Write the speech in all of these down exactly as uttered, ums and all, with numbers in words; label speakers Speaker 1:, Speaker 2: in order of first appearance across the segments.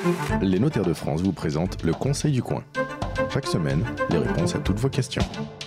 Speaker 1: Les notaires de France vous présentent le Conseil du coin. Chaque semaine, les réponses à toutes vos questions.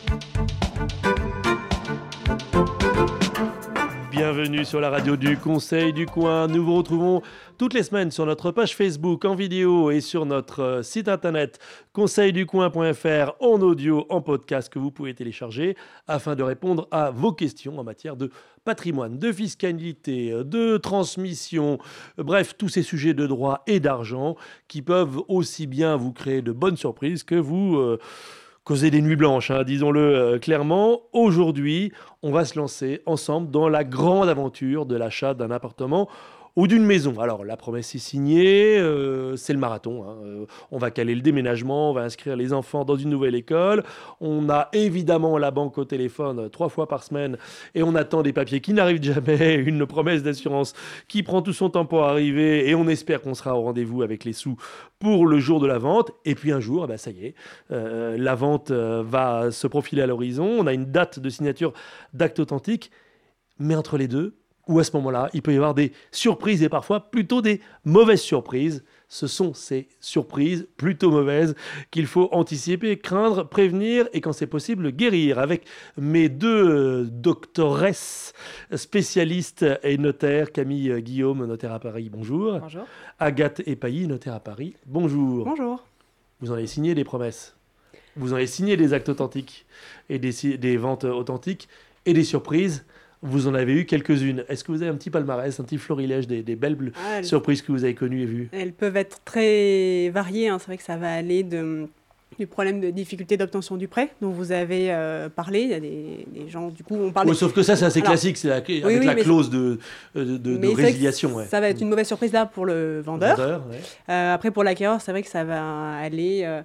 Speaker 2: Bienvenue sur la radio du Conseil du coin. Nous vous retrouvons toutes les semaines sur notre page Facebook en vidéo et sur notre site internet conseil du coin point f r en audio, en podcast que vous pouvez télécharger afin de répondre à vos questions en matière de patrimoine, de fiscalité, de transmission, bref, tous ces sujets de droit et d'argent qui peuvent aussi bien vous créer de bonnes surprises que vous euh, causer des nuits blanches, hein, disons-le euh, clairement. Aujourd'hui, on va se lancer ensemble dans la grande aventure de l'achat d'un appartement ou d'une maison. Alors, la promesse est signée, euh, c'est le marathon. Hein. Euh, on va caler le déménagement, on va inscrire les enfants dans une nouvelle école. On a évidemment la banque au téléphone euh, trois fois par semaine et on attend des papiers qui n'arrivent jamais, une promesse d'assurance qui prend tout son temps pour arriver et on espère qu'on sera au rendez-vous avec les sous pour le jour de la vente. Et puis un jour, eh ben, ça y est, euh, la vente euh, va se profiler à l'horizon. On a une date de signature d'acte authentique, mais entre les deux, ou à ce moment-là, il peut y avoir des surprises et parfois plutôt des mauvaises surprises. Ce sont ces surprises plutôt mauvaises qu'il faut anticiper, craindre, prévenir et quand c'est possible, guérir. Avec mes deux doctoresses spécialistes et notaires, Camille Guillaume, notaire à Paris, bonjour.
Speaker 3: Bonjour.
Speaker 2: Agathe Epailly, notaire à Paris, bonjour.
Speaker 3: Bonjour.
Speaker 2: Vous en avez signé des promesses, vous en avez signé des actes authentiques et des, des ventes authentiques et des surprises. Vous en avez eu quelques-unes. Est-ce que vous avez un petit palmarès, un petit florilège des, des belles ah, surprises que vous avez connues et vues ?
Speaker 3: Elles peuvent être très variées. Hein. C'est vrai que ça va aller de, du problème de difficulté d'obtention du prêt dont vous avez euh, parlé. Il y a des, des gens, du coup, on parle...
Speaker 2: Oui,
Speaker 3: des...
Speaker 2: sauf que ça, c'est assez Alors, classique. C'est la, avec oui, oui, la clause de, de, de, de résiliation. Ouais.
Speaker 3: Ça va être une mauvaise surprise là pour le vendeur.
Speaker 2: Le vendeur ouais.
Speaker 3: euh, après, pour l'acquéreur, c'est vrai que ça va aller... Euh,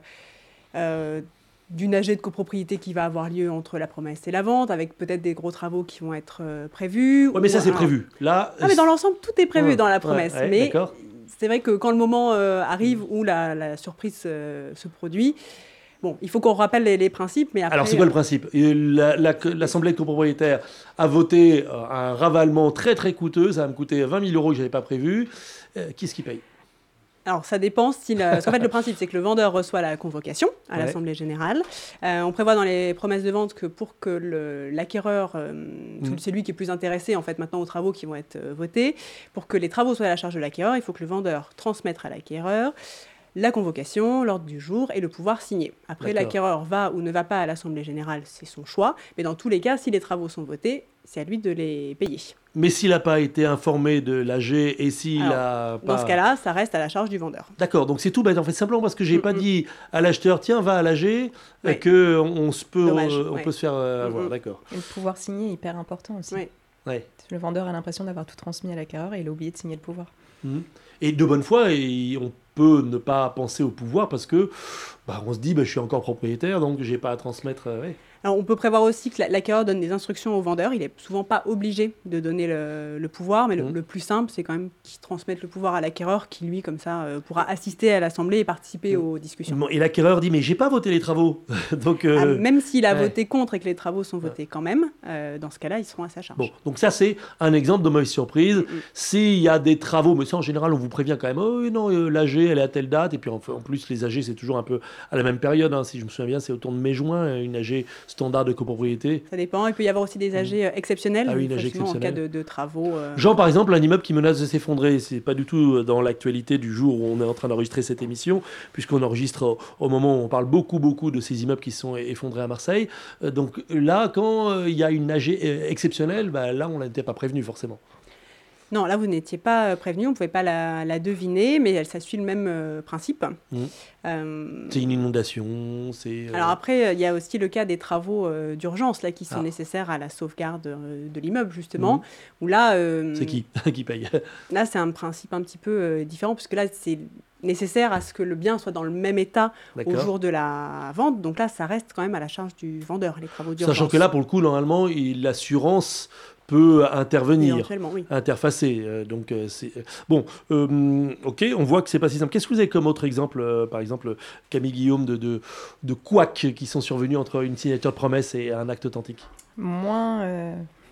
Speaker 3: euh, d'une A G de copropriété qui va avoir lieu entre la promesse et la vente, avec peut-être des gros travaux qui vont être euh, prévus.
Speaker 2: Oui, mais ça,
Speaker 3: un...
Speaker 2: c'est prévu. Là,
Speaker 3: ah, mais dans l'ensemble, tout est prévu ouais, dans la promesse.
Speaker 2: Ouais, ouais,
Speaker 3: mais
Speaker 2: d'accord.
Speaker 3: C'est vrai que quand le moment euh, arrive où la, la surprise euh, se produit, bon, il faut qu'on rappelle les, les principes. Mais après,
Speaker 2: alors, c'est quoi le principe ? la, la, L'Assemblée de copropriétaires a voté un ravalement très, très coûteux. Ça va me coûter vingt mille euros que je n'avais pas prévu. Euh, qui est-ce qui paye ?
Speaker 3: Alors, ça dépend. Si le... Parce qu'en fait, le principe, c'est que le vendeur reçoit la convocation à ouais. l'Assemblée générale. Euh, on prévoit dans les promesses de vente que pour que le, l'acquéreur, euh, mmh. celui qui est plus intéressé en fait, maintenant aux travaux qui vont être euh, votés, pour que les travaux soient à la charge de l'acquéreur, il faut que le vendeur transmette à l'acquéreur la convocation, l'ordre du jour et le pouvoir signer. Après, D'accord. l'acquéreur va ou ne va pas à l'Assemblée générale, c'est son choix. Mais dans tous les cas, si les travaux sont votés, c'est à lui de les payer.
Speaker 2: Mais s'il n'a pas été informé de l'A G et s'il a pas...
Speaker 3: Dans ce cas-là, ça reste à la charge du vendeur.
Speaker 2: D'accord, donc c'est tout bête. En fait, simplement parce que je n'ai mm-hmm. pas dit à l'acheteur, tiens, va à l'A G, ouais. qu'on on se peut, Dommage, euh, on ouais. peut se faire euh, avoir. Mm-hmm. D'accord.
Speaker 4: Et le pouvoir signer est hyper important aussi.
Speaker 3: Ouais.
Speaker 2: Ouais.
Speaker 4: Le vendeur a l'impression d'avoir tout transmis à l'acquéreur et il a oublié de signer le pouvoir.
Speaker 2: Mm-hmm. Et de bonne foi, et on peut ne pas penser au pouvoir parce que bah, on se dit, bah, je suis encore propriétaire, donc je n'ai pas à transmettre... Euh, ouais.
Speaker 3: Alors, on peut prévoir aussi que l'acquéreur donne des instructions au vendeur. Il n'est souvent pas obligé de donner le, le pouvoir, mais le, mmh. le plus simple, c'est quand même qu'il transmette le pouvoir à l'acquéreur qui, lui, comme ça, euh, pourra assister à l'Assemblée et participer mmh. aux discussions.
Speaker 2: Bon, et l'acquéreur dit, mais j'ai pas voté les travaux. donc, euh...
Speaker 3: ah, même s'il a ouais. voté contre et que les travaux sont votés ouais. quand même, euh, dans ce cas-là, ils seront à sa charge.
Speaker 2: Bon, donc ça, c'est un exemple de mauvaise surprise. Mmh. S'il y a des travaux, mais ça, en général, on vous prévient quand même, oh non, euh, l'A G, elle est à telle date, et puis en, en plus, les A G, c'est toujours un peu à la même période. Hein, si je me souviens bien, c'est autour de mai-juin, une A G standard de copropriété. Ça
Speaker 3: dépend. Il peut y avoir aussi des A G mmh. exceptionnels,
Speaker 2: ah oui, une A G exceptionnelle.
Speaker 3: en cas de, de travaux. Euh...
Speaker 2: Genre, par exemple, un immeuble qui menace de s'effondrer. C'est pas du tout dans l'actualité du jour où on est en train d'enregistrer cette émission, puisqu'on enregistre au, au moment où on parle beaucoup, beaucoup de ces immeubles qui sont effondrés à Marseille. Euh, donc là, quand il euh, y a une A G exceptionnelle, bah, là, on n'était pas prévenu forcément.
Speaker 3: Non, là, vous n'étiez pas prévenu, on ne pouvait pas la, la deviner, mais ça suit le même euh, principe.
Speaker 2: Mmh. Euh... C'est une inondation, c'est... Euh...
Speaker 3: Alors après, il y a aussi le cas des travaux euh, d'urgence là, qui sont ah. nécessaires à la sauvegarde euh, de l'immeuble, justement, mmh. où là... Euh,
Speaker 2: c'est qui qui paye?
Speaker 3: Là, c'est un principe un petit peu euh, différent, puisque là, c'est nécessaire à ce que le bien soit dans le même état D'accord. au jour de la vente. Donc là, ça reste quand même à la charge du vendeur, les travaux d'urgence.
Speaker 2: Sachant que là, pour le coup, normalement, il, l'assurance... peut intervenir,
Speaker 3: oui.
Speaker 2: interfacer. Euh, donc, euh, c'est... Bon, euh, ok, on voit que c'est pas si simple. Qu'est-ce que vous avez comme autre exemple, euh, par exemple, Camille Guillaume, de, de, de couacs qui sont survenus entre une signature de promesse et un acte authentique ?
Speaker 4: Moins euh,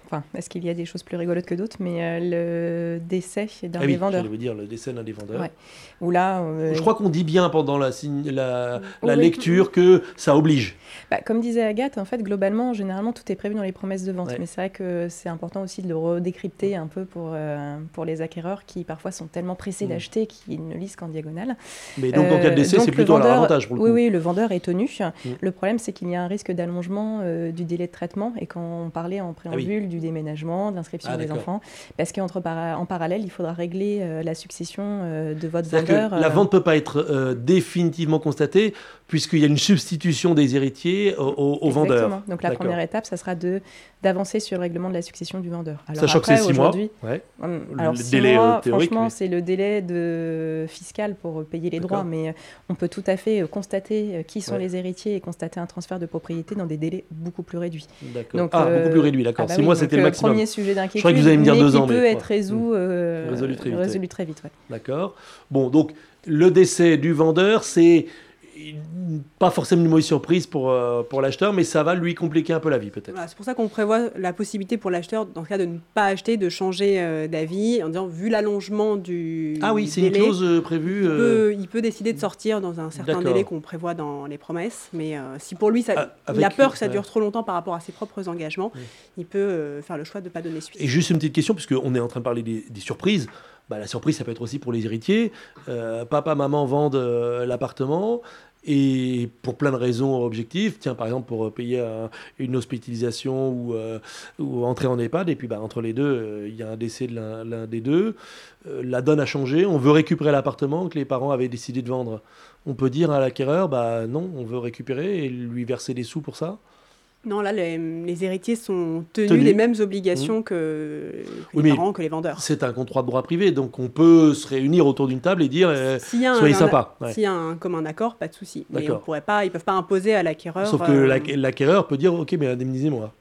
Speaker 4: enfin, est-ce qu'il y a des choses plus rigolotes que d'autres, mais euh, le décès d'un
Speaker 2: ah
Speaker 4: des
Speaker 2: oui,
Speaker 4: vendeurs.
Speaker 2: Je veux dire le décès d'un des vendeurs.
Speaker 4: Ouais. Où là, euh,
Speaker 2: je crois qu'on dit bien pendant la, signe, la,
Speaker 4: oh,
Speaker 2: la
Speaker 4: oui.
Speaker 2: lecture que ça oblige.
Speaker 4: Bah, comme disait Agathe, en fait, globalement, généralement, tout est prévu dans les promesses de vente.
Speaker 2: Ouais.
Speaker 4: Mais c'est vrai que c'est important aussi de le redécrypter un peu pour, euh, pour les acquéreurs qui parfois sont tellement pressés mmh. d'acheter qu'ils ne lisent qu'en diagonale.
Speaker 2: Mais donc, en cas de décès, euh, c'est plutôt
Speaker 4: vendeur,
Speaker 2: à leur avantage pour le coup.
Speaker 4: Oui, oui, le vendeur est tenu. Mmh. Le problème, c'est qu'il y a un risque d'allongement euh, du délai de traitement. Et quand on parlait en préambule ah oui. du déménagement, de l'inscription ah, des enfants, parce qu'en para- parallèle, il faudra régler euh, la succession euh, de votre
Speaker 2: C'est-à-dire
Speaker 4: vendeur.
Speaker 2: Que euh... La vente ne peut pas être euh, définitivement constatée puisqu'il y a une substitution des héritiers au, au, au vendeur.
Speaker 4: Exactement. Donc la D'accord. première étape, ça sera de, d'avancer sur le règlement de la succession du vendeur.
Speaker 2: Alors Sachant après, que c'est six mois. Ouais.
Speaker 4: Hum, alors le six délai mois, théorique, franchement, mais... c'est le délai de fiscal pour payer les D'accord. droits, mais on peut tout à fait constater qui sont ouais. les héritiers et constater un transfert de propriété dans des délais beaucoup plus réduits.
Speaker 2: D'accord. Donc, ah, euh... beaucoup plus réduits, d'accord.
Speaker 4: Ah bah
Speaker 2: six
Speaker 4: oui,
Speaker 2: mois, c'était le maximum.
Speaker 4: Premier sujet d'inquiétude,
Speaker 2: je crois que vous allez me dire deux ans,
Speaker 4: mais qui peut
Speaker 2: mais...
Speaker 4: être résolu, euh,
Speaker 2: résolu très vite.
Speaker 4: Résolu très vite ouais.
Speaker 2: D'accord. Bon, donc le décès du vendeur, c'est pas forcément une mauvaise surprise pour, euh, pour l'acheteur, mais ça va lui compliquer un peu la vie peut-être.
Speaker 3: Voilà, c'est pour ça qu'on prévoit la possibilité pour l'acheteur, dans ce cas, de ne pas acheter, de changer euh, d'avis, en disant, vu l'allongement du
Speaker 2: Ah oui, c'est
Speaker 3: délai,
Speaker 2: une clause euh, prévue.
Speaker 3: Il,
Speaker 2: euh...
Speaker 3: peut, il peut décider de sortir dans un certain D'accord. délai qu'on prévoit dans les promesses, mais euh, si pour lui, ça, ah, avec, il a peur que ça dure ouais. trop longtemps par rapport à ses propres engagements, oui. il peut euh, faire le choix de ne pas donner suite.
Speaker 2: Et juste une petite question, puisqu'on est en train de parler des, des surprises. Bah, la surprise, ça peut être aussi pour les héritiers. Euh, papa, maman vendent euh, l'appartement. Et pour plein de raisons objectives, tiens par exemple pour payer un, une hospitalisation ou, euh, ou entrer en EHPAD, et puis bah, entre les deux, il euh, y a un décès de l'un, l'un des deux. Euh, la donne a changé, on veut récupérer l'appartement que les parents avaient décidé de vendre. On peut dire à l'acquéreur, bah non, on veut récupérer et lui verser des sous pour ça.
Speaker 3: Non, là, les, les héritiers sont tenus, tenus. des mêmes obligations mmh. que, que oui, les parents, que les vendeurs.
Speaker 2: C'est un contrat de droit privé, donc on peut se réunir autour d'une table et dire euh, soyez sympa.
Speaker 3: Ouais. S'il y a un commun accord, pas de souci. Mais on pourrait pas, ils ne peuvent pas imposer à l'acquéreur...
Speaker 2: Sauf que euh, l'acquéreur peut dire, ok, mais indemnisez-moi.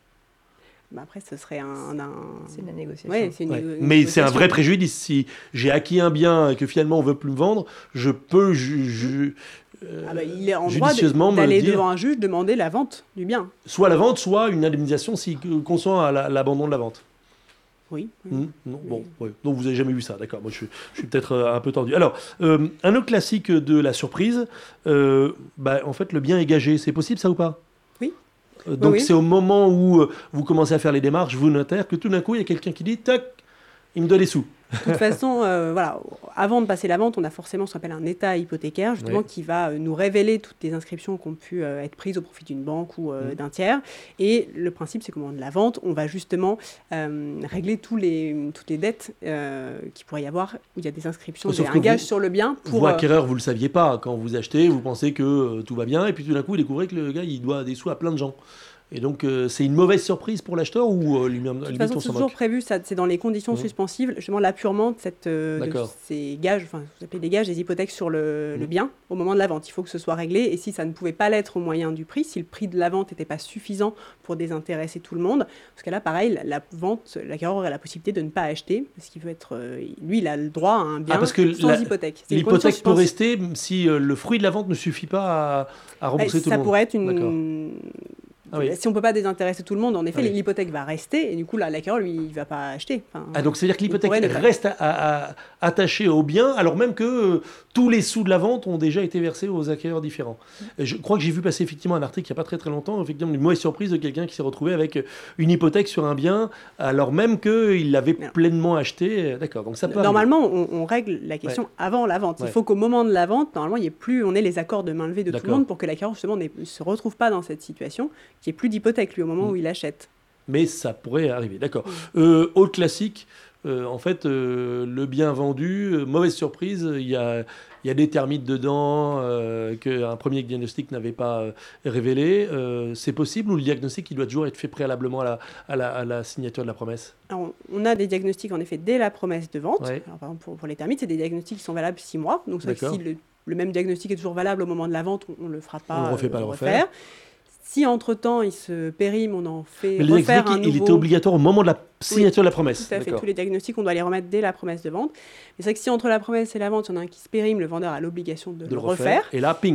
Speaker 3: Bah après, ce serait un... un...
Speaker 4: C'est de la négociation.
Speaker 3: Ouais, c'est une
Speaker 2: ouais.
Speaker 3: une
Speaker 2: mais
Speaker 3: négociation.
Speaker 2: C'est un vrai préjudice. Si j'ai acquis un bien et que finalement on ne veut plus me vendre, je peux... Je, je,
Speaker 3: Euh, ah bah, il est en droit de, d'aller dire, devant un juge demander la vente du bien.
Speaker 2: Soit la vente, soit une indemnisation si consent à la, l'abandon de la vente.
Speaker 3: Oui.
Speaker 2: Mmh, non, oui. Bon, ouais. Donc vous n'avez jamais vu ça, d'accord. Moi je, je suis peut-être euh, un peu tendu. Alors, euh, un autre classique de la surprise, euh, bah, en fait le bien est gagé. C'est possible ça ou pas ?
Speaker 3: Oui.
Speaker 2: Euh, donc
Speaker 3: oui,
Speaker 2: c'est
Speaker 3: oui.
Speaker 2: au moment où euh, vous commencez à faire les démarches, vous notaire, que tout d'un coup il y a quelqu'un qui dit tac, il me donne les sous.
Speaker 3: De toute façon, euh, voilà, avant de passer la vente, on a forcément ce qu'on appelle un état hypothécaire, justement, oui. qui va euh, nous révéler toutes les inscriptions qui ont pu euh, être prises au profit d'une banque ou euh, mmh. d'un tiers. Et le principe, c'est qu'au moment de la vente, on va justement euh, régler tous les, toutes les dettes euh, qu'il pourrait y avoir, où il y a des inscriptions, des, un gage sur le bien. Pour,
Speaker 2: vous, acquéreur, vous ne le saviez pas. Quand vous achetez, vous pensez que euh, tout va bien, et puis tout d'un coup, vous découvrez que le gars, il doit des sous à plein de gens. Et donc, euh, c'est une mauvaise surprise pour l'acheteur ou euh, lui-même?
Speaker 3: De toute façon, c'est toujours prévu, ça, c'est dans les conditions mmh. suspensives, justement l'apurement de, cette, euh, de ces gages, enfin, vous appelez des gages, des hypothèques sur le, mmh. le bien au moment de la vente. Il faut que ce soit réglé. Et si ça ne pouvait pas l'être au moyen du prix, si le prix de la vente n'était pas suffisant pour désintéresser tout le monde, parce que là, pareil, la, la vente, l'acquéreur aurait la possibilité de ne pas acheter, parce qu'il veut être, euh, lui, il a le droit à un bien ah, parce que sans la, hypothèque. C'est
Speaker 2: l'hypothèque peut rester si euh, le fruit de la vente ne suffit pas à, à rembourser
Speaker 3: bah,
Speaker 2: tout le monde.
Speaker 3: Ça pourrait être une... Ah oui. Si on ne peut pas désintéresser tout le monde, en effet, oui. l'hypothèque va rester, et du coup, là, l'acquéreur, lui, il ne va pas acheter. Enfin,
Speaker 2: ah, donc, c'est-à-dire que l'hypothèque reste à, à, à, attachée au bien, alors même que euh, tous les sous de la vente ont déjà été versés aux acquéreurs différents. Et je crois que j'ai vu passer effectivement un article il n'y a pas très très longtemps, effectivement, une mauvaise surprise de quelqu'un qui s'est retrouvé avec une hypothèque sur un bien, alors même qu'il l'avait non. pleinement acheté. D'accord, donc ça peut
Speaker 3: Normalement, on, on règle la question ouais. avant la vente. Ouais. Il faut qu'au moment de la vente, normalement, il y ait plus, on ait les accords de main levée de D'accord. tout le monde pour que l'acquéreur, justement, ne se retrouve pas dans cette situation, qu'il n'y ait plus d'hypothèque, au moment mmh. où il achète.
Speaker 2: Mais ça pourrait arriver, d'accord. Mmh. Euh, autre classique, euh, en fait, euh, le bien vendu, euh, mauvaise surprise, il y a, y a des termites dedans euh, qu'un premier diagnostic n'avait pas euh, révélé. Euh, c'est possible ou le diagnostic il doit toujours être fait préalablement à la, à la, à la signature de la promesse?
Speaker 3: Alors, on a des diagnostics en effet dès la promesse de vente. Ouais. Alors, par exemple, pour, pour les termites, c'est des diagnostics qui sont valables six mois. Donc, c'est si le, le même diagnostic est toujours valable au moment de la vente, on ne le fera pas.
Speaker 2: On ne refait
Speaker 3: euh,
Speaker 2: pas le
Speaker 3: refaire.
Speaker 2: refaire.
Speaker 3: Si entre-temps il se périme, on en fait
Speaker 2: Mais
Speaker 3: refaire un
Speaker 2: il
Speaker 3: nouveau...
Speaker 2: il était obligatoire au moment de la signature
Speaker 3: oui,
Speaker 2: de la promesse.
Speaker 3: Tout à fait, tous les diagnostics, on doit les remettre dès la promesse de vente. Mais c'est vrai que si entre la promesse et la vente, il y en a un qui se périme, le vendeur a l'obligation de, de le refaire. refaire.
Speaker 2: Et là, ping.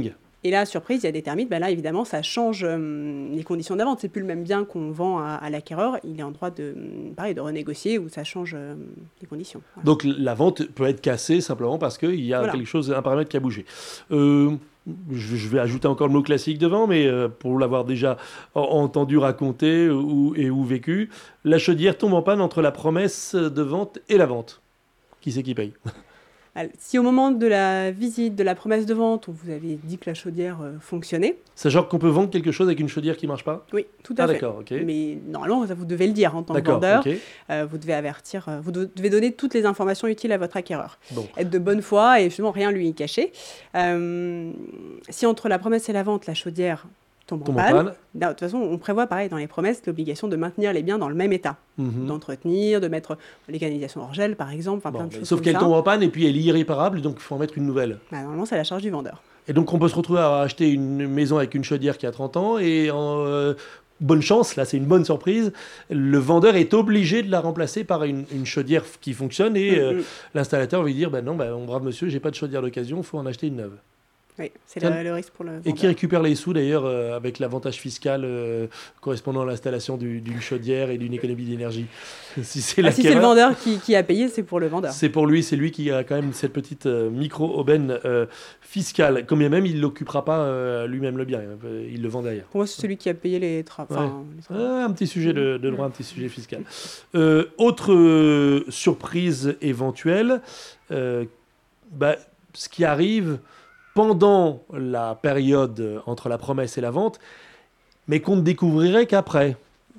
Speaker 3: Et là, surprise, il y a des termites. Ben là, évidemment, ça change euh, les conditions de la vente. C'est plus le même bien qu'on vend à, à l'acquéreur. Il est en droit de, pareil, de renégocier ou ça change euh, les conditions. Voilà.
Speaker 2: Donc la vente peut être cassée simplement parce qu'il y a voilà. quelque chose, un paramètre qui a bougé. Euh, je, je vais ajouter encore le mot classique devant, mais euh, pour l'avoir déjà entendu raconter ou, et ou vécu, la chaudière tombe en panne entre la promesse de vente et la vente. Qui c'est qui paye ?
Speaker 3: Alors, si au moment de la visite, de la promesse de vente, on vous avait dit que la chaudière euh, fonctionnait...
Speaker 2: Sachant qu'on peut vendre quelque chose avec une chaudière qui ne marche pas ?
Speaker 3: Oui, tout à
Speaker 2: ah,
Speaker 3: fait.
Speaker 2: D'accord, ok.
Speaker 3: Mais normalement, ça, vous devez le dire en tant que vendeur. Okay. Euh, vous devez avertir, euh, vous devez donner toutes les informations utiles à votre acquéreur. Bon. Être de bonne foi et justement rien lui cacher. Euh, si entre la promesse et la vente, la chaudière tombe en panne, de toute façon, on prévoit pareil dans les promesses l'obligation de maintenir les biens dans le même état, mmh. d'entretenir, de mettre les canalisations hors gel, par exemple, enfin bon, plein de choses.
Speaker 2: Sauf qu'elle
Speaker 3: ça.
Speaker 2: tombe en panne et puis elle est irréparable, donc il faut en mettre une nouvelle.
Speaker 3: Bah, normalement, c'est la charge du vendeur.
Speaker 2: Et donc on peut se retrouver à acheter une maison avec une chaudière qui a trente ans et en euh, bonne chance, là c'est une bonne surprise, le vendeur est obligé de la remplacer par une, une chaudière qui fonctionne et mmh. euh, l'installateur va lui dire bah non, bah, mon brave monsieur, j'ai pas de chaudière d'occasion, il faut en acheter une neuve.
Speaker 3: Oui, c'est le, le risque pour le vendeur.
Speaker 2: Et qui récupère les sous d'ailleurs euh, avec l'avantage fiscal euh, correspondant à l'installation du, d'une chaudière et d'une économie d'énergie. Si c'est,
Speaker 3: ah, si c'est le vendeur qui, qui a payé, c'est pour le vendeur.
Speaker 2: C'est pour lui, c'est lui qui a quand même cette petite euh, micro-aubaine euh, fiscale. Quand bien même, il ne l'occupera pas euh, lui-même le bien, euh, il le vend derrière.
Speaker 3: Pour moi, c'est celui qui a payé les travaux.
Speaker 2: Ouais. Ah, un petit sujet de, de droit, un petit sujet fiscal. Euh, autre euh, surprise éventuelle, euh, bah, ce qui arrive... pendant la période entre la promesse et la vente, mais qu'on ne découvrirait qu'après.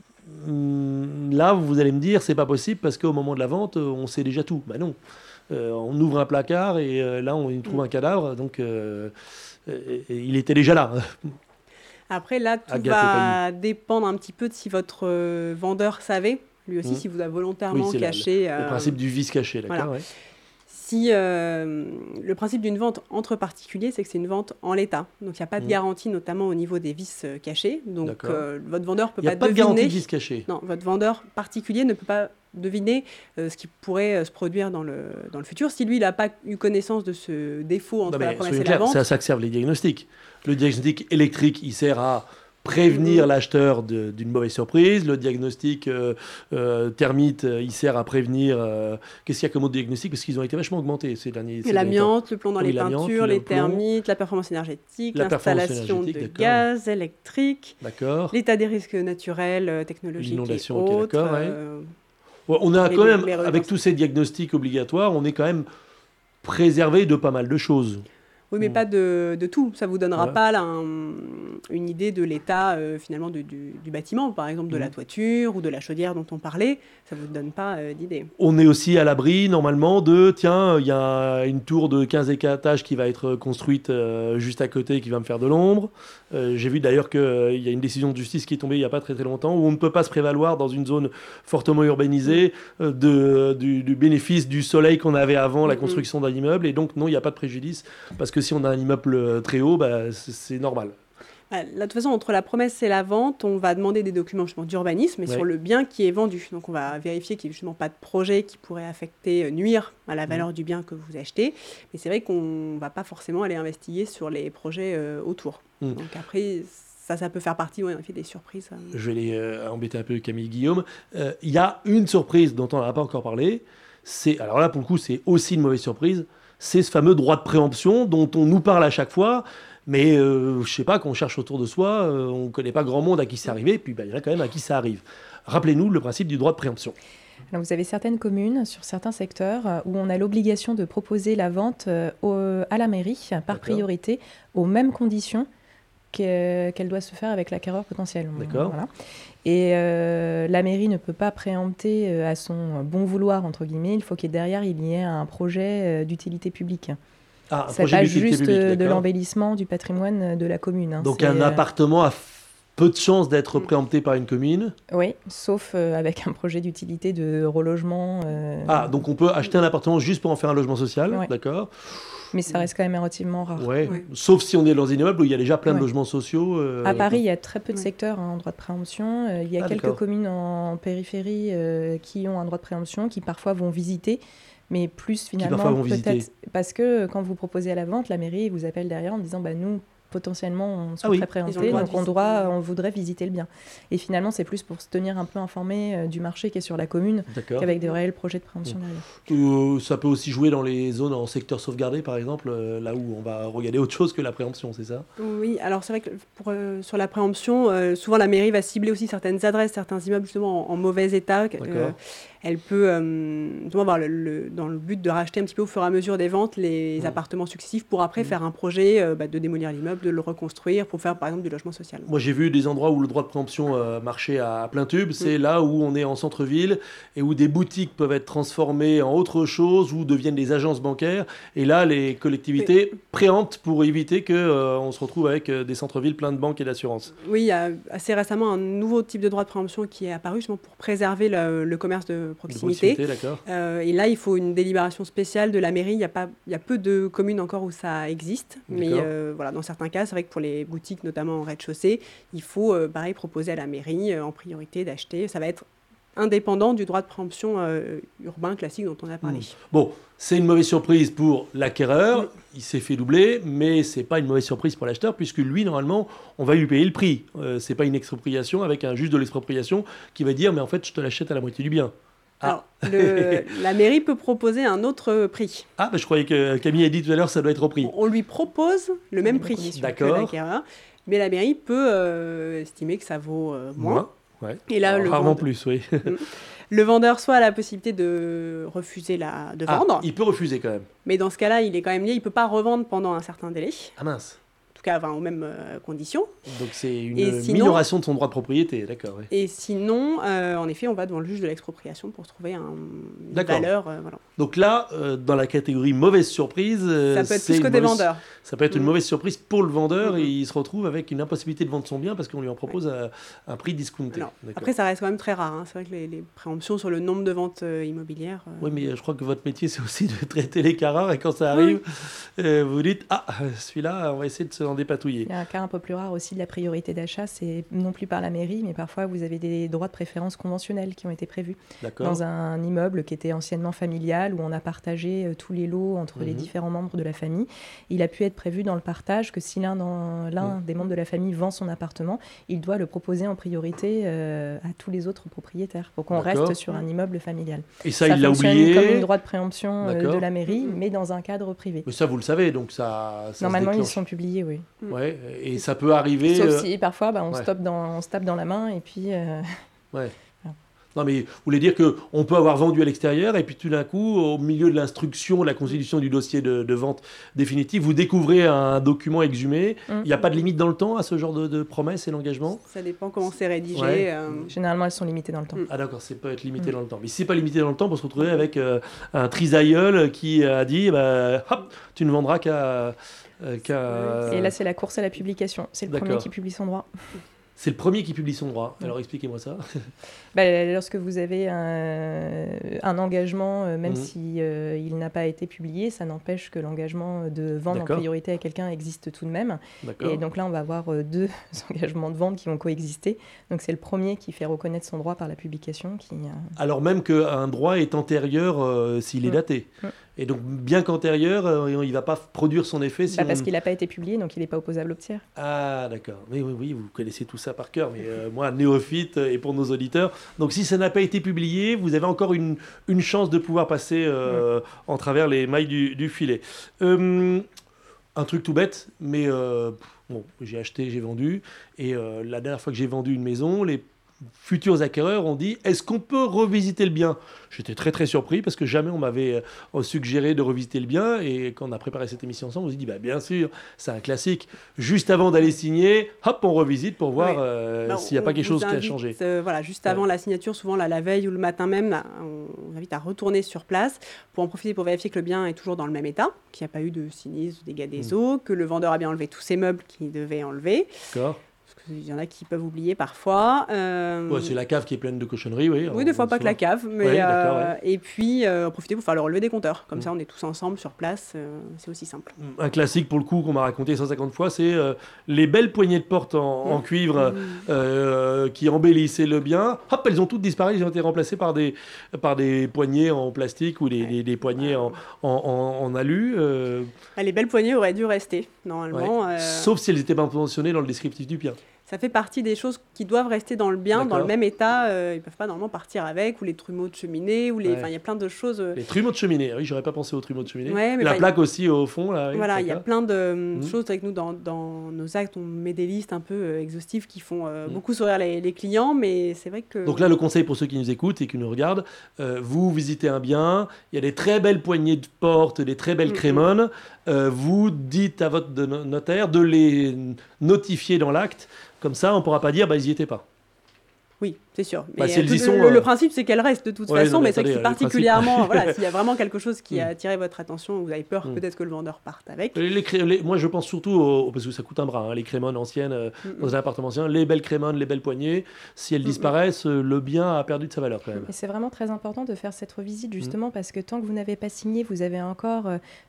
Speaker 2: Là, vous allez me dire, c'est pas possible parce qu'au moment de la vente, on sait déjà tout. Ben non. Euh, on ouvre un placard et euh, là, on y trouve un cadavre, donc euh, et, et il était déjà là.
Speaker 3: Après, là, tout Agathe va dépendre un petit peu de si votre euh, vendeur savait, lui aussi, mmh. si vous a volontairement oui, caché...
Speaker 2: La, le, euh, le principe du vice caché, d'accord,
Speaker 3: voilà.
Speaker 2: ouais.
Speaker 3: Si euh, le principe d'une vente entre particuliers, c'est que c'est une vente en l'état. Donc, il n'y a pas de mmh. garantie, notamment au niveau des vices euh, cachés. Donc, euh, votre vendeur ne peut pas deviner... Il n'y a pas
Speaker 2: de garantie de vices cachés.
Speaker 3: Non, votre vendeur particulier ne peut pas deviner euh, ce qui pourrait euh, se produire dans le, dans le futur. Si lui, il n'a pas eu connaissance de ce défaut entre non, la promesse et
Speaker 2: clair,
Speaker 3: la vente...
Speaker 2: C'est à ça que servent les diagnostics. Le diagnostic électrique, il sert à... prévenir mmh. l'acheteur de, d'une mauvaise surprise. Le diagnostic euh, euh, termite, euh, il sert à prévenir... Euh, qu'est-ce qu'il y a comme autre diagnostic ? Parce qu'ils ont été vachement augmentés ces derniers... Ces
Speaker 3: l'amiante, le plomb dans oui, les peintures, les termites, la performance énergétique, la l'installation performance énergétique, de d'accord. gaz électrique,
Speaker 2: d'accord.
Speaker 3: l'état des risques naturels, technologiques
Speaker 2: l'inondation,
Speaker 3: et
Speaker 2: okay,
Speaker 3: autres.
Speaker 2: D'accord,
Speaker 3: euh,
Speaker 2: ouais. On a quand même, avec tous ces diagnostics obligatoires, on est quand même préservé de pas mal de choses.
Speaker 3: Oui, mais mmh. pas de, de tout. Ça ne vous donnera ouais. pas là, un, une idée de l'état euh, finalement de, du, du bâtiment, par exemple de mmh. la toiture ou de la chaudière dont on parlait. Ça ne vous donne pas euh, d'idée.
Speaker 2: On est aussi à l'abri normalement de, tiens, il y a une tour de quinze étages qui va être construite euh, juste à côté et qui va me faire de l'ombre. Euh, j'ai vu d'ailleurs qu'il euh, y a une décision de justice qui est tombée il n'y a pas très très longtemps où on ne peut pas se prévaloir dans une zone fortement urbanisée euh, de, du, du bénéfice du soleil qu'on avait avant mmh. la construction d'un immeuble. Et donc non, il n'y a pas de préjudice parce que si on a un immeuble très haut, bah, c'est, c'est normal.
Speaker 3: Là, de toute façon, entre la promesse et la vente, on va demander des documents justement, d'urbanisme et ouais. sur le bien qui est vendu. Donc, on va vérifier qu'il n'y ait justement pas de projet qui pourrait affecter, nuire à la valeur mmh. du bien que vous achetez. Mais c'est vrai qu'on ne va pas forcément aller investiguer sur les projets euh, autour. Mmh. Donc après, ça, ça peut faire partie ouais, en fait, des surprises. Euh.
Speaker 2: Je vais les euh, embêter un peu Camille Guillaume. Il euh, y a une surprise dont on n'a pas encore parlé. C'est, alors là, pour le coup, c'est aussi une mauvaise surprise. C'est ce fameux droit de préemption dont on nous parle à chaque fois, mais euh, je ne sais pas, quand on cherche autour de soi, euh, on ne connaît pas grand monde à qui c'est arrivé, puis bah, il y en a quand même à qui ça arrive. Rappelez-nous le principe du droit de préemption.
Speaker 4: Alors, vous avez certaines communes, sur certains secteurs, où on a l'obligation de proposer la vente euh, au, à la mairie, par D'accord. priorité, aux mêmes conditions que, qu'elle doit se faire avec l'acquéreur potentiel.
Speaker 2: D'accord.
Speaker 4: Voilà. Et euh, la mairie ne peut pas préempter euh, à son bon vouloir, entre guillemets. Il faut qu'il y ait derrière, il y ait un projet euh, d'utilité publique.
Speaker 2: Ah, un
Speaker 4: c'est
Speaker 2: projet
Speaker 4: pas
Speaker 2: d'utilité
Speaker 4: juste
Speaker 2: publique,
Speaker 4: de
Speaker 2: d'accord.
Speaker 4: l'embellissement du patrimoine de la commune. Hein.
Speaker 2: Donc
Speaker 4: c'est,
Speaker 2: un
Speaker 4: euh...
Speaker 2: appartement a peu de chances d'être préempté par une commune.
Speaker 4: Oui, sauf euh, avec un projet d'utilité de relogement. Euh...
Speaker 2: Ah, donc on peut acheter un appartement juste pour en faire un logement social, ouais. D'accord.
Speaker 4: Mais ça reste quand même relativement rare.
Speaker 2: Ouais. Ouais. Sauf si on est dans un immeuble où il y a déjà plein ouais. de logements sociaux. Euh...
Speaker 4: À Paris, il y a très peu de secteurs hein, en droit de préemption. Euh, il y a ah, quelques d'accord. communes en périphérie euh, qui ont un droit de préemption, qui parfois vont visiter, mais plus finalement
Speaker 2: qui parfois vont
Speaker 4: peut-être
Speaker 2: visiter.
Speaker 4: Parce que quand vous proposez à la vente, la mairie vous appelle derrière en disant bah, nous, potentiellement on se
Speaker 2: ah oui.
Speaker 4: préempté, donc on, doit, on voudrait visiter le bien. Et finalement, c'est plus pour se tenir un peu informé euh, du marché qui est sur la commune D'accord. qu'avec de réels projets de préemption derrière.
Speaker 2: Euh, ça peut aussi jouer dans les zones en secteur sauvegardé, par exemple, euh, là où on va regarder autre chose que la préemption, c'est ça ?
Speaker 3: Oui, alors c'est vrai que pour, euh, sur la préemption, euh, souvent la mairie va cibler aussi certaines adresses, certains immeubles justement en, en mauvais état. Euh, elle peut, euh, avoir le, le, dans le but de racheter un petit peu au fur et à mesure des ventes les mmh. appartements successifs pour après mmh. faire un projet euh, bah, de démolir l'immeuble, de le reconstruire pour faire par exemple du logement social.
Speaker 2: Moi j'ai vu des endroits où le droit de préemption euh, marchait à plein tube, c'est mmh. là où on est en centre-ville et où des boutiques peuvent être transformées en autre chose, où deviennent des agences bancaires, et là les collectivités oui. préemptent pour éviter qu'on euh, se retrouve avec euh, des centres-villes pleins de banques et d'assurances.
Speaker 3: Oui, il y a assez récemment un nouveau type de droit de préemption qui est apparu justement pour préserver le, le commerce de proximité.
Speaker 2: De proximité d'accord.
Speaker 3: Euh, et là, il faut une délibération spéciale de la mairie. Il y a, pas, il y a peu de communes encore où ça existe. D'accord. Mais euh, voilà, dans certains cas, c'est vrai que pour les boutiques, notamment en rez-de-chaussée, il faut euh, pareil, proposer à la mairie euh, en priorité d'acheter. Ça va être indépendant du droit de préemption euh, urbain classique dont on a parlé.
Speaker 2: Mmh. Bon, c'est une mauvaise surprise pour l'acquéreur. Mmh. Il s'est fait doubler, mais c'est pas une mauvaise surprise pour l'acheteur, puisque lui, normalement, on va lui payer le prix. Euh, c'est pas une expropriation avec un juge de l'expropriation qui va dire « mais en fait, je te l'achète à la moitié du bien ».
Speaker 3: Ah. Alors, le, la mairie peut proposer un autre prix.
Speaker 2: Ah, bah, je croyais que Camille a dit tout à l'heure ça doit être au prix.
Speaker 3: On lui propose le même prix
Speaker 2: D'accord.
Speaker 3: que l'acquéreur, mais la mairie peut euh, estimer que ça vaut euh, moins.
Speaker 2: Moins, ouais.
Speaker 3: Et là,
Speaker 2: Alors,
Speaker 3: le
Speaker 2: rarement
Speaker 3: vendeur,
Speaker 2: plus, oui.
Speaker 3: Le vendeur soit a la possibilité de refuser la, de vendre.
Speaker 2: Ah, il peut refuser quand même.
Speaker 3: Mais dans ce cas-là, il est quand même lié, il ne peut pas revendre pendant un certain délai.
Speaker 2: Ah mince.
Speaker 3: En tout cas, enfin, aux mêmes euh, conditions.
Speaker 2: Donc c'est une
Speaker 3: et sinon,
Speaker 2: minoration de son droit de propriété, d'accord. Ouais.
Speaker 3: Et sinon, euh, en effet, on va devant le juge de l'expropriation pour trouver un, une
Speaker 2: d'accord.
Speaker 3: valeur. Euh, voilà.
Speaker 2: Donc là, euh, dans la catégorie mauvaise surprise... Euh,
Speaker 3: ça peut être plus que des
Speaker 2: mauvaise...
Speaker 3: vendeurs.
Speaker 2: Ça peut être mmh. une mauvaise surprise pour le vendeur mmh. et il se retrouve avec une impossibilité de vendre son bien parce qu'on lui en propose ouais. un, un prix discounté.
Speaker 3: Alors, après, ça reste quand même très rare. Hein. C'est vrai que les, les préemptions sur le nombre de ventes euh, immobilières... Euh...
Speaker 2: Oui, mais je crois que votre métier, c'est aussi de traiter les cas rares et quand ça arrive, oui. euh, vous dites « Ah, celui-là, on va essayer de s'en dépatouiller ».
Speaker 4: Il y a un cas un peu plus rare aussi de la priorité d'achat, c'est non plus par la mairie, mais parfois vous avez des droits de préférence conventionnels qui ont été prévus D'accord. dans un immeuble qui était anciennement familial où on a partagé euh, tous les lots entre mmh. les différents membres de la famille. Il a pu être prévu dans le partage que si l'un, dans, l'un mmh. des membres de la famille vend son appartement, il doit le proposer en priorité euh, à tous les autres propriétaires pour qu'on D'accord. reste sur un immeuble familial.
Speaker 2: Et ça,
Speaker 4: ça
Speaker 2: il l'a oublié
Speaker 4: comme une droit de préemption euh, de la mairie, mais dans un cadre privé.
Speaker 2: Mais ça, vous le savez, donc ça, ça
Speaker 4: Normalement, ils sont publiés, oui.
Speaker 2: Ouais, et ça peut arriver...
Speaker 4: Sauf
Speaker 2: euh...
Speaker 4: si parfois, bah, on, ouais. se tape dans, on se tape dans la main et puis... Euh...
Speaker 2: Ouais. Non, mais vous voulez dire qu'on peut avoir vendu à l'extérieur et puis tout d'un coup, au milieu de l'instruction, de la constitution du dossier de, de vente définitive, vous découvrez un document exhumé. Il mmh. n'y a pas de limite dans le temps à ce genre de, de promesses et d'engagement ?
Speaker 3: Ça dépend comment c'est rédigé.
Speaker 2: Ouais.
Speaker 3: Euh...
Speaker 4: Généralement, elles sont limitées dans le temps. Mmh.
Speaker 2: Ah d'accord, c'est peut être limité mmh. dans le temps. Mais si c'est pas limité dans le temps, on peut se retrouver avec euh, un trisaïeul qui a dit bah, « Hop, tu ne vendras qu'à... Euh, qu'à... »
Speaker 4: Et là, c'est la course à la publication. C'est le d'accord. premier qui publie son droit.
Speaker 2: C'est le premier qui publie son droit. Alors expliquez-moi ça.
Speaker 4: Bah, lorsque vous avez un, un engagement, euh, même mmh. si euh, il n'a pas été publié, ça n'empêche que l'engagement de vendre D'accord. en priorité à quelqu'un existe tout de même. D'accord. Et donc là, on va avoir euh, deux engagements de vente qui vont coexister. Donc c'est le premier qui fait reconnaître son droit par la publication. Qui, euh...
Speaker 2: Alors même qu'un droit est antérieur euh, s'il mmh. est daté. Mmh. Et donc, bien qu'antérieur, euh, il ne va pas produire son effet si
Speaker 4: bah
Speaker 2: on...
Speaker 4: Parce qu'il n'a pas été publié, donc il n'est pas opposable au tiers.
Speaker 2: Ah, d'accord. Oui, oui, oui, vous connaissez tout ça par cœur. Mais euh, moi, néophyte, et pour nos auditeurs. Donc, si ça n'a pas été publié, vous avez encore une, une chance de pouvoir passer euh, ouais. en travers les mailles du, du filet. Euh, un truc tout bête, mais euh, bon, j'ai acheté, j'ai vendu. Et euh, la dernière fois que j'ai vendu une maison, les futurs acquéreurs ont dit « Est-ce qu'on peut revisiter le bien ?» J'étais très très surpris parce que jamais on m'avait euh, suggéré de revisiter le bien. Et quand on a préparé cette émission ensemble, on s'est dit bah, « Bien sûr, c'est un classique. Juste avant d'aller signer, hop, on revisite pour voir oui. euh, bah, s'il n'y a pas quelque chose invite, qui a changé.
Speaker 3: Euh, voilà, juste avant ouais. la signature, souvent là, la veille ou le matin même, là, on vous invite à retourner sur place pour en profiter pour vérifier que le bien est toujours dans le même état, qu'il n'y a pas eu de sinistre, de dégâts des mmh. eaux, que le vendeur a bien enlevé tous ses meubles qu'il devait enlever.
Speaker 2: D'accord.
Speaker 3: Il y en a qui peuvent oublier parfois. Euh...
Speaker 2: Ouais, c'est la cave qui est pleine de cochonneries, oui.
Speaker 3: Oui, des fois pas que la cave. Mais,
Speaker 2: ouais,
Speaker 3: euh,
Speaker 2: ouais.
Speaker 3: Et puis, euh, profitez pour faire le relevé des compteurs. Comme
Speaker 2: mmh.
Speaker 3: ça, on est tous ensemble sur place. Euh, c'est aussi simple.
Speaker 2: Un classique, pour le coup, qu'on m'a raconté cent cinquante fois, c'est euh, les belles poignées de porte en, mmh. en cuivre mmh. euh, qui embellissaient le bien. Hop, elles ont toutes disparu. Elles ont été remplacées par des, par des poignées en plastique ou des, ouais. des, des poignées en, en, en, en alu. Euh...
Speaker 3: Les belles poignées auraient dû rester, normalement.
Speaker 2: Ouais.
Speaker 3: Euh...
Speaker 2: Sauf si elles n'étaient pas mentionnées dans le descriptif du bien.
Speaker 3: Ça fait partie des choses qui doivent rester dans le bien, D'accord. dans le même état. Euh, ils ne peuvent pas normalement partir avec, ou les trumeaux de cheminée, ou les...
Speaker 2: Ouais.
Speaker 3: Enfin, il y a plein de choses. Euh...
Speaker 2: Les trumeaux de cheminée, oui, j'aurais pas pensé aux trumeaux de cheminée.
Speaker 3: Ouais, mais
Speaker 2: la
Speaker 3: bah,
Speaker 2: plaque
Speaker 3: y...
Speaker 2: aussi au fond, là. Oui,
Speaker 3: voilà, il y a plein de
Speaker 2: mmh.
Speaker 3: choses avec nous dans, dans nos actes. On met des listes un peu euh, exhaustives qui font euh, mmh. beaucoup sourire les, les clients, mais c'est vrai que...
Speaker 2: Donc là, le conseil pour ceux qui nous écoutent et qui nous regardent, euh, vous visitez un bien, il y a des très belles poignées de porte, des très belles mmh. crémones. Euh, vous dites à votre notaire de les notifier dans l'acte. Comme ça, on ne pourra pas dire bah, ils n'y étaient pas.
Speaker 3: Oui, c'est sûr.
Speaker 2: Bah,
Speaker 3: mais
Speaker 2: si
Speaker 3: euh, le,
Speaker 2: sont,
Speaker 3: le,
Speaker 2: euh...
Speaker 3: le principe, c'est qu'elle reste de toute
Speaker 2: ouais,
Speaker 3: façon,
Speaker 2: non, mais
Speaker 3: mais c'est que si particulièrement, voilà, s'il y a vraiment quelque chose qui a attiré votre attention, vous avez peur mm. peut-être que le vendeur parte avec.
Speaker 2: Les, les, les, moi, je pense surtout, au, parce que ça coûte un bras, hein, les crémones anciennes euh, mm. dans un appartement ancien, les belles crémones, les belles poignées, si elles mm. disparaissent, euh, le bien a perdu de sa valeur quand même.
Speaker 4: Et c'est vraiment très important de faire cette revisite, justement, mm. parce que tant que vous n'avez pas signé, vous avez encore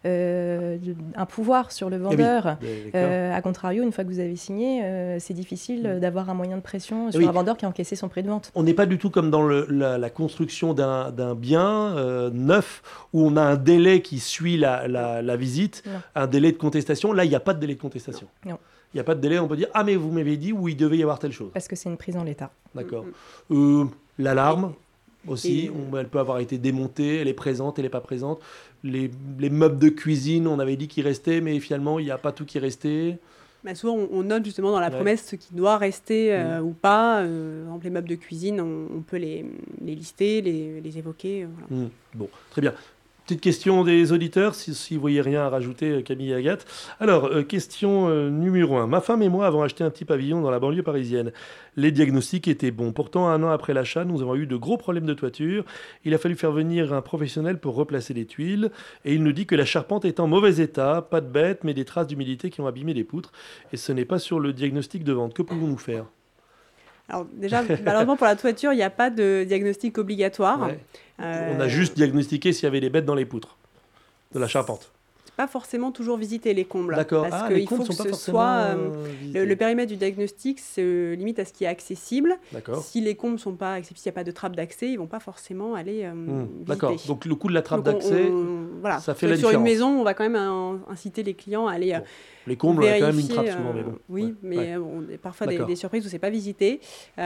Speaker 4: euh, un pouvoir sur le vendeur. Oui, euh, à contrario, une fois que vous avez signé, euh, c'est difficile mm. d'avoir un moyen de pression sur oui. un vendeur qui a encaissé son prix de vente.
Speaker 2: On n'est pas du tout comme dans le La, la construction d'un, d'un bien euh, neuf où on a un délai qui suit la, la, la visite, non. un délai de contestation. Là, il n'y a pas de délai de contestation.
Speaker 4: Non.
Speaker 2: Il n'y a pas de délai, on peut dire « Ah, mais vous m'avez dit où il devait y avoir telle chose. »
Speaker 4: Parce que c'est une prise en l'état.
Speaker 2: D'accord. Euh, l'alarme aussi, et... on, elle peut avoir été démontée, elle est présente, elle n'est pas présente. Les, les meubles de cuisine, on avait dit qu'ils restaient, mais finalement, il n'y a pas tout qui restait.
Speaker 3: Bah souvent, on note justement dans la ouais. promesse ce qui doit rester euh, mmh. ou pas. Euh, par exemple, les meubles de cuisine, on, on peut les, les lister, les, les évoquer. Voilà.
Speaker 2: Mmh. Bon, très bien. Petite question des auditeurs, si, si vous voyez rien à rajouter, Camille et Agathe. Alors, euh, question euh, numéro un. Ma femme et moi avons acheté un petit pavillon dans la banlieue parisienne. Les diagnostics étaient bons. Pourtant, un an après l'achat, nous avons eu de gros problèmes de toiture. Il a fallu faire venir un professionnel pour replacer les tuiles. Et il nous dit que la charpente est en mauvais état, pas de bêtes, mais des traces d'humidité qui ont abîmé les poutres. Et ce n'est pas sur le diagnostic de vente. Que pouvons-nous faire ?
Speaker 3: Alors déjà, malheureusement pour la toiture, il n'y a pas de diagnostic obligatoire.
Speaker 2: Ouais. Euh... On a juste diagnostiqué s'il y avait des bêtes dans les poutres de la charpente.
Speaker 3: Pas forcément toujours visiter les combles.
Speaker 2: D'accord.
Speaker 3: Parce
Speaker 2: ah,
Speaker 3: qu'il
Speaker 2: les
Speaker 3: faut
Speaker 2: combles
Speaker 3: que
Speaker 2: sont
Speaker 3: ce
Speaker 2: pas
Speaker 3: soit
Speaker 2: euh,
Speaker 3: le, le périmètre du diagnostic se limite à ce qui est accessible.
Speaker 2: D'accord.
Speaker 3: Si les combles sont pas accessibles, s'il n'y a pas de trappe d'accès, ils vont pas forcément aller euh, mmh. visiter.
Speaker 2: D'accord. Donc le coût de la trappe
Speaker 3: Donc,
Speaker 2: d'accès,
Speaker 3: on, on, voilà.
Speaker 2: ça fait
Speaker 3: sur
Speaker 2: la
Speaker 3: sur
Speaker 2: différence.
Speaker 3: Une maison, on va quand même un, inciter les clients à aller.
Speaker 2: Bon. Les combles, il y a quand même une trappe souvent,
Speaker 3: euh,
Speaker 2: mais bon.
Speaker 3: Oui,
Speaker 2: ouais.
Speaker 3: mais
Speaker 2: ouais.
Speaker 3: bon, parfois des, des surprises où c'est pas visité.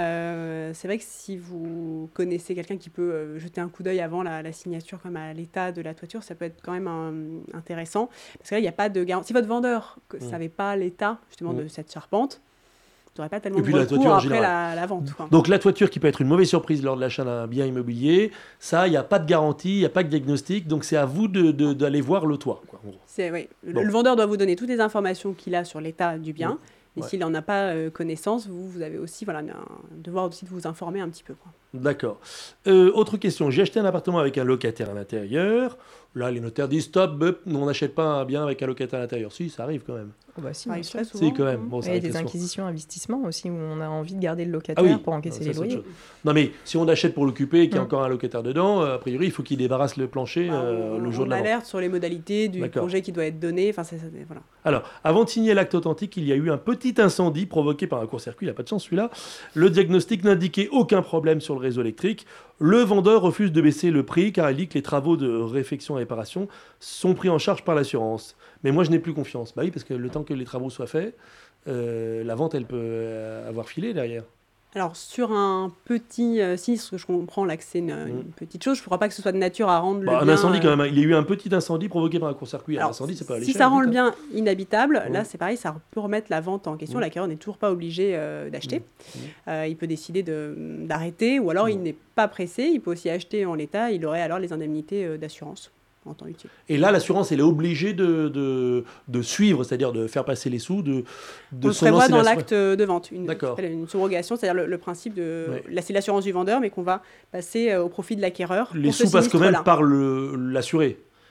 Speaker 3: Euh, c'est vrai que si vous connaissez quelqu'un qui peut euh, jeter un coup d'œil avant la, la signature, comme à l'état de la toiture, ça peut être quand même un, intéressant. Parce que là, il n'y a pas de garantie. Si votre vendeur ne mmh. savait pas l'état justement mmh. de cette charpente, vous n'aurez pas tellement de recours après la, la vente. Quoi.
Speaker 2: Donc la toiture qui peut être une mauvaise surprise lors de l'achat d'un bien immobilier, ça, il n'y a pas de garantie, il n'y a pas de diagnostic, donc c'est à vous de, de, d'aller voir le toit. Quoi, en gros.
Speaker 3: C'est, oui. Bon. Le, le vendeur doit vous donner toutes les informations qu'il a sur l'état du bien. Mmh. Et ouais. s'il n'en a pas euh, connaissance, vous, vous avez aussi voilà, un devoir aussi de vous informer un petit peu. Quoi.
Speaker 2: D'accord. Euh, autre question. J'ai acheté un appartement avec un locataire à l'intérieur. Là, les notaires disent stop, bup, on n'achète pas un bien avec un locataire à l'intérieur. Si, ça arrive quand même.
Speaker 4: Oh bah si,
Speaker 3: ça
Speaker 4: arrive
Speaker 3: très souvent.
Speaker 2: Si, quand même. Bon,
Speaker 4: il y a des inquisitions investissement aussi où on a envie de garder le locataire ah oui. pour encaisser non, ça, les loyers.
Speaker 2: Non, mais si on achète pour l'occuper et qu'il y a mmh. encore un locataire dedans, euh, a priori, il faut qu'il débarrasse le plancher
Speaker 3: ah,
Speaker 2: euh, le jour
Speaker 3: on
Speaker 2: de la vente.
Speaker 3: On alerte sur les modalités du D'accord. projet qui doit être donné. Enfin, c'est, c'est, voilà.
Speaker 2: Alors, avant de signer l'acte authentique, il y a eu un petit incendie provoqué par un court-circuit. Il n'a pas de chance, celui-là. Le diagnostic n'indiquait aucun problème sur le réseau électrique. Le vendeur refuse de baisser le prix car il dit que les travaux de réfection et réparation sont pris en charge par l'assurance. Mais moi, je n'ai plus confiance. Bah oui, parce que le temps que les travaux soient faits, euh, la vente, elle peut avoir filé derrière.
Speaker 3: Alors, sur un petit euh, sinistre, je comprends là que c'est une, mmh. une petite chose, je ne crois pas que ce soit de nature à rendre
Speaker 2: bah,
Speaker 3: le
Speaker 2: un
Speaker 3: bien...
Speaker 2: Un incendie quand même. Il y a eu un petit incendie provoqué par un court-circuit.
Speaker 3: Alors,
Speaker 2: un incendie, c'est pas à
Speaker 3: si
Speaker 2: l'échelle.
Speaker 3: ça rend
Speaker 2: vite,
Speaker 3: le bien inhabitable,
Speaker 2: mmh.
Speaker 3: là, c'est pareil, ça peut remettre la vente en question. Mmh. L'acquéreur n'est toujours pas obligé euh, d'acheter. Mmh. Euh, il peut décider de, d'arrêter ou alors mmh. il n'est pas pressé. Il peut aussi acheter en l'état. Il aurait alors les indemnités euh, d'assurance. En temps utile.
Speaker 2: Et là, l'assurance, elle est obligée de, de, de suivre, c'est-à-dire de faire passer les sous, de, de
Speaker 3: on le prévoit dans l'acte de vente, une, une subrogation, c'est-à-dire le, le principe de... Ouais. Là, c'est l'assurance du vendeur, mais qu'on va passer euh, au profit de l'acquéreur.
Speaker 2: Les sous passent quand même par le, l'assuré.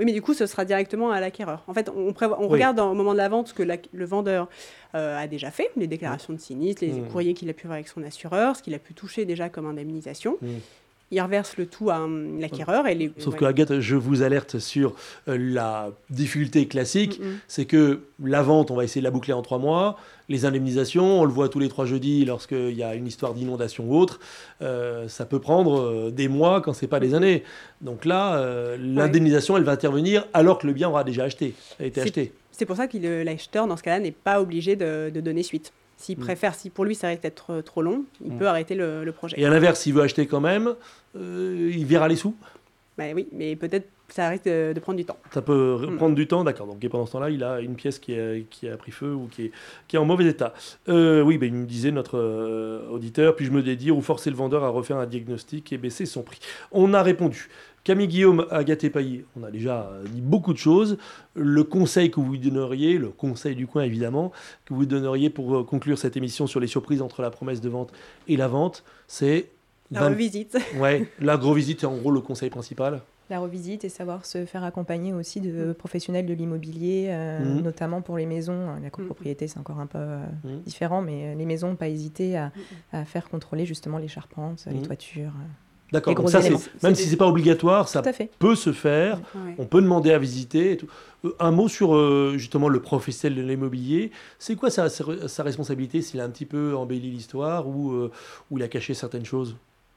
Speaker 3: Oui, mais du coup, ce sera directement à l'acquéreur. En fait, on, prévoit, on
Speaker 2: oui.
Speaker 3: regarde au moment de la vente ce que la, le vendeur euh, a déjà fait, les déclarations de sinistre, les mmh. courriers qu'il a pu avoir avec son assureur, ce qu'il a pu toucher déjà comme indemnisation. Mmh. Il reverse le tout à um, l'acquéreur. Et les...
Speaker 2: Sauf
Speaker 3: ouais.
Speaker 2: que, Agathe, je vous alerte sur euh, la difficulté classique, mm-hmm. c'est que la vente, on va essayer de la boucler en trois mois. Les indemnisations, on le voit tous les trois jeudis lorsqu'il y a une histoire d'inondation ou autre. Euh, ça peut prendre euh, des mois quand ce n'est pas des années. Donc là, euh, l'indemnisation, ouais. elle va intervenir alors que le bien aura déjà acheté, a été
Speaker 3: c'est,
Speaker 2: acheté.
Speaker 3: C'est pour ça que l'acheteur, dans ce cas-là, n'est pas obligé de, de donner suite. S'il mmh. préfère, si pour lui ça risque d'être trop long, il mmh. peut arrêter le, le projet.
Speaker 2: Et à l'inverse, s'il veut acheter quand même, euh, il verra les sous.
Speaker 3: Bah oui, mais peut-être ça risque de, de prendre du temps.
Speaker 2: Ça peut mmh. prendre du temps, d'accord. Donc et pendant ce temps-là, il a une pièce qui a, qui a pris feu ou qui est, qui est en mauvais état. Euh, oui, bah, il me disait notre euh, auditeur, puis je me dédire ou forcer le vendeur à refaire un diagnostic et baisser son prix. On a répondu. Camille Guillaume, Agathe Epailly, on a déjà dit beaucoup de choses. Le conseil que vous donneriez, le conseil du coin évidemment, que vous donneriez pour conclure cette émission sur les surprises entre la promesse de vente et la vente, c'est...
Speaker 3: La vingt... revisite.
Speaker 2: Ouais, la revisite, c'est en gros le conseil principal.
Speaker 4: La revisite et savoir se faire accompagner aussi de professionnels de l'immobilier, euh, mmh. notamment pour les maisons. La copropriété, c'est encore un peu euh, mmh. différent, mais les maisons, pas hésiter à, à faire contrôler justement les charpentes, mmh. les toitures.
Speaker 2: D'accord, donc ça, c'est, même c'est si ce n'est pas obligatoire, ça peut se faire,
Speaker 3: ouais.
Speaker 2: on peut demander à visiter. Et tout. Euh, un mot sur euh, justement le professionnel de l'immobilier, c'est quoi sa, sa, sa responsabilité s'il a un petit peu embelli l'histoire ou, euh, ou il a caché certaines choses?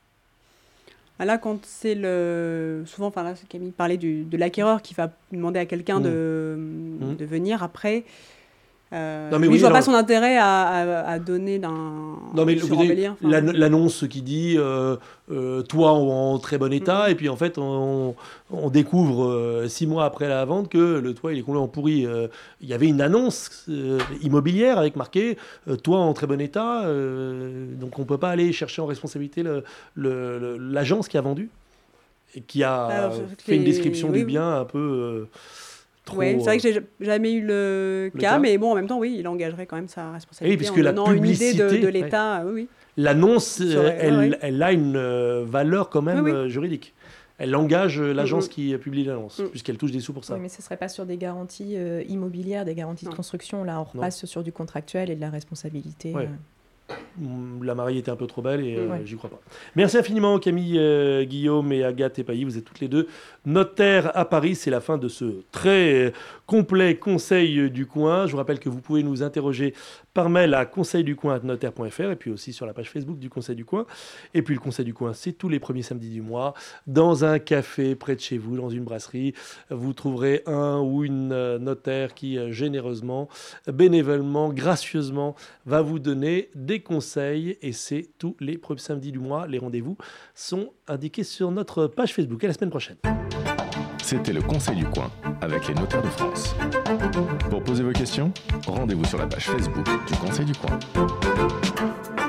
Speaker 3: Là, quand c'est le... Souvent, enfin là, Camille parlait du, de l'acquéreur qui va demander à quelqu'un mmh. de, mmh. de venir après... Euh, non, mais lui, oui, je ne vois non, pas son intérêt à, à, à donner d'un...
Speaker 2: Non, mais vous avez l'annonce qui dit euh, euh, « toi en, en très bon état mm-hmm. » et puis en fait, on, on découvre euh, six mois après la vente que le toit il est complètement pourri. Il euh, y avait une annonce euh, immobilière avec marqué euh, « toi en très bon état euh, ». Donc on ne peut pas aller chercher en responsabilité le, le, le, l'agence qui a vendu et qui a Alors, fait les... une description oui, du bien oui. un peu... Euh,
Speaker 3: Oui, c'est vrai que j'ai jamais eu le, le cas, cas, mais bon, en même temps, oui, il engagerait quand même sa responsabilité
Speaker 2: oui,
Speaker 3: en
Speaker 2: la
Speaker 3: donnant une idée de, de l'État.
Speaker 2: Ouais.
Speaker 3: Oui, oui.
Speaker 2: L'annonce, euh, elle, oui. elle a une euh, valeur quand même oui, oui. Euh, juridique. Elle engage euh, l'agence mm-hmm. qui publie l'annonce, mm. puisqu'elle touche des sous pour ça.
Speaker 4: Oui, mais ce ne serait pas sur des garanties euh, immobilières, des garanties non. de construction. Là, on repasse non. sur du contractuel et de la responsabilité.
Speaker 2: Ouais.
Speaker 4: Euh...
Speaker 2: La mariée était un peu trop belle et euh,
Speaker 4: ouais.
Speaker 2: j'y crois pas. Merci infiniment Camille euh, Guillaume et Agathe Epailly, vous êtes toutes les deux notaires à Paris. C'est la fin de ce très complet conseil du coin. Je vous rappelle que vous pouvez nous interroger par mail à conseil du coin arobase notaire point f r et puis aussi sur la page Facebook du Conseil du coin. Et puis le Conseil du coin, c'est tous les premiers samedis du mois dans un café près de chez vous, dans une brasserie. Vous trouverez un ou une notaire qui généreusement, bénévolement, gracieusement va vous donner des conseils et c'est tous les premiers samedis du mois. Les rendez-vous sont indiqués sur notre page Facebook. À la semaine prochaine.
Speaker 1: C'était le Conseil du coin avec les notaires de France. Pour poser vos questions, rendez-vous sur la page Facebook du Conseil du coin.